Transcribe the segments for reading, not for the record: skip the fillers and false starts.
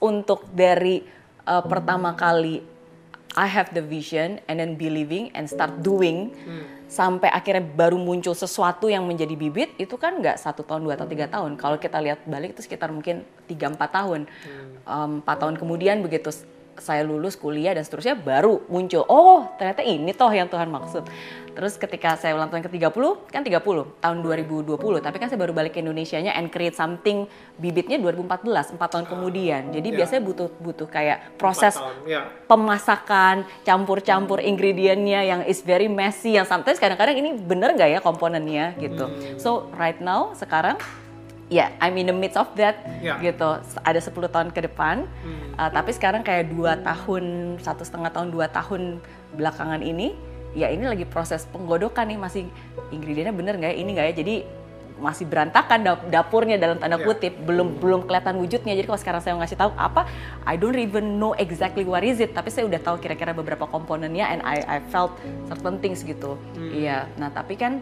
untuk dari pertama kali I have the vision and then believing and start doing sampai akhirnya baru muncul sesuatu yang menjadi bibit, itu kan nggak 1 tahun, 2 tahun, 3 tahun. Kalau kita lihat balik itu sekitar mungkin 3-4 tahun. 4 tahun kemudian begitu saya lulus kuliah dan seterusnya baru muncul, oh ternyata ini toh yang Tuhan maksud. Terus ketika saya ulang tahun ke-30, kan 30 tahun 2020, tapi kan saya baru balik ke Indonesianya and create something, bibitnya 2014, 4 tahun kemudian. Jadi biasanya butuh kayak proses pemasakan, campur-campur ingredientnya yang is very messy, yang sometimes kadang-kadang ini bener nggak ya komponennya gitu. So right now, sekarang I'm in the midst of that gitu. Ada 10 tahun ke depan, tapi sekarang kayak 2 tahun, 1,5 tahun, 2 tahun belakangan ini, ya ini lagi proses penggodokan nih, masih ingredientnya bener nggak ya, ini nggak ya, jadi masih berantakan dapurnya dalam tanda kutip, belum kelihatan wujudnya. Jadi kalau sekarang saya ngasih tahu apa, I don't even know exactly what is it, tapi saya udah tahu kira-kira beberapa komponennya and I felt certain things gitu. Iya, nah tapi kan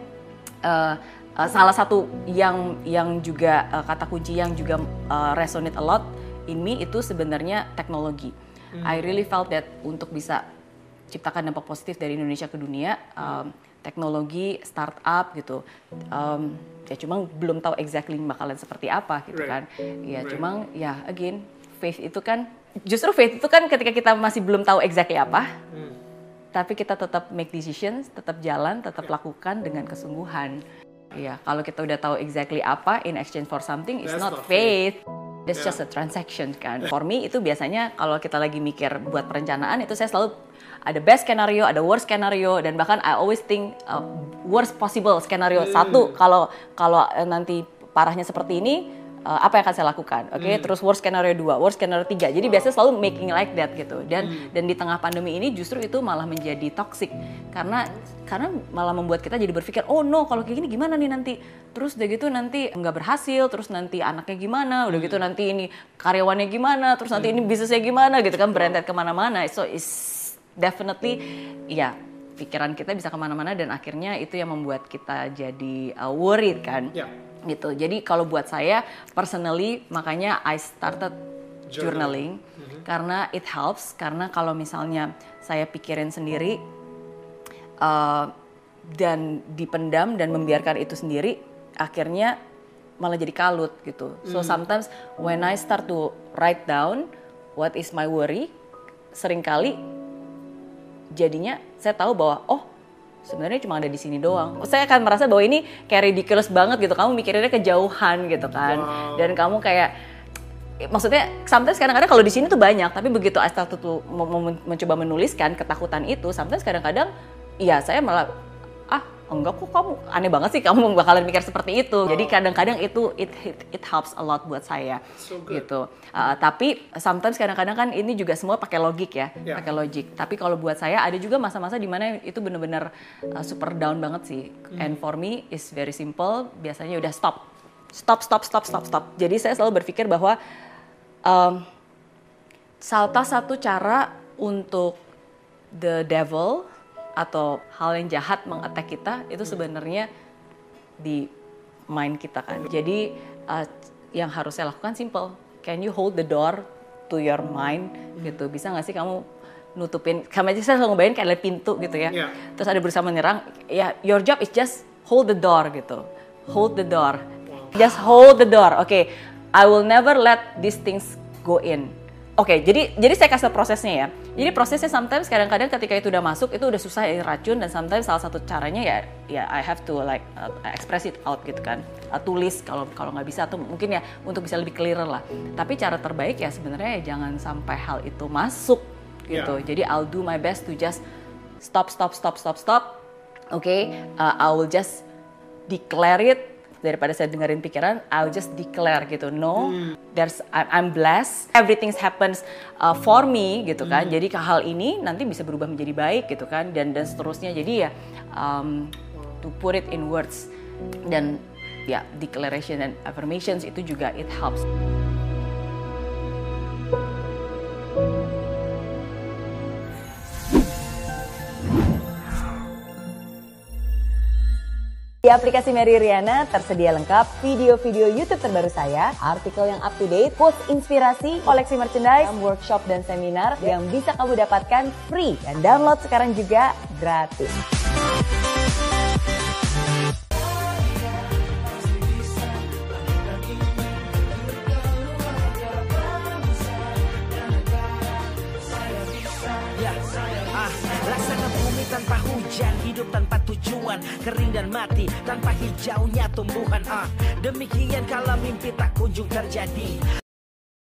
salah satu yang juga kata kunci yang juga resonate a lot in me itu sebenarnya teknologi. I really felt that untuk bisa ciptakan dampak positif dari Indonesia ke dunia, teknologi, startup gitu, ya cuma belum tahu exactly bakalan seperti apa gitu kan. Ya cuma ya again, faith itu kan ketika kita masih belum tahu exactly apa, tapi kita tetap make decisions, tetap jalan, tetap lakukan dengan kesungguhan. Ya, kalau kita udah tahu exactly apa in exchange for something, it's not faith. It's just a transaction kan. For me itu biasanya kalau kita lagi mikir buat perencanaan itu saya selalu ada best skenario, ada worst skenario, dan bahkan I always think worst possible skenario. Satu, kalau nanti parahnya seperti ini, apa yang akan saya lakukan? Oke, terus worst skenario 2, worst skenario 3. Jadi biasanya selalu making like that gitu. Dan di tengah pandemi ini justru itu malah menjadi toxic karena malah membuat kita jadi berpikir, oh no, kalau kayak gini gimana nih nanti? Terus udah gitu nanti nggak berhasil, terus nanti anaknya gimana? Udah gitu nanti ini karyawannya gimana? Terus nanti ini bisnisnya gimana? Gitu kan, berentet kemana-mana. So it's definitely pikiran kita bisa kemana-mana dan akhirnya itu yang membuat kita jadi worried kan. Gitu. Jadi kalau buat saya personally, makanya I started journaling karena it helps. Karena kalau misalnya saya pikirin sendiri dan dipendam dan membiarkan itu sendiri, akhirnya malah jadi kalut gitu. So sometimes when I start to write down what is my worry, seringkali jadinya saya tahu bahwa sebenarnya cuma ada di sini doang. Saya akan merasa bahwa ini kayak ridiculous banget gitu. Kamu mikirinnya kejauhan gitu kan. Dan kamu kayak, maksudnya sometimes kadang-kadang kalau di sini tuh banyak, tapi begitu I start to mencoba menuliskan ketakutan itu, sometimes kadang-kadang saya malah enggak kok, kamu aneh banget sih kamu bakalan mikir seperti itu. Jadi kadang-kadang itu it helps a lot buat saya gitu. Tapi sometimes kadang-kadang kan ini juga semua pakai logik ya, pakai logik. Tapi kalau buat saya ada juga masa-masa di mana itu benar-benar super down banget sih. And for me is very simple. Biasanya udah stop. Jadi saya selalu berpikir bahwa salah satu cara untuk the devil atau hal yang jahat mengattack kita itu sebenarnya di mind kita kan. Jadi yang harus saya lakukan simple. Can you hold the door to your mind gitu? Bisa nggak sih kamu nutupin? Sama aja saya selalu ngebayangin kayak ada pintu gitu ya. Terus ada berusaha menyerang. Ya, your job is just hold the door gitu. Hold the door. Just hold the door. Okay, I will never let these things go in. Oke, jadi saya kasih prosesnya ya. Jadi prosesnya sometimes kadang-kadang ketika itu udah masuk itu udah susah racun, dan sometimes salah satu caranya ya I have to like express it out gitu kan. Tulis kalau nggak bisa, atau mungkin ya untuk bisa lebih clearer lah. Tapi cara terbaik ya sebenarnya ya jangan sampai hal itu masuk gitu. Jadi I'll do my best to just stop. Okay, I will just declare it. Daripada saya dengerin pikiran, I'll just declare gitu. No, I'm blessed. Everything happens for me gitu kan. Jadi hal ini nanti bisa berubah menjadi baik gitu kan. Dan seterusnya. Jadi ya to put it in words. Dan ya declaration and affirmations itu juga it helps. aplikasi Mary Riana tersedia lengkap video-video YouTube terbaru saya, artikel yang up to date, post inspirasi, koleksi merchandise, workshop dan seminar yang bisa kamu dapatkan free dan download sekarang juga gratis. Laksana bumi tanpa hujan, hidup tanpa tujuan, kering dan mati tanpa hijaunya tumbuhan. Demikian kalau mimpi tak kunjung terjadi.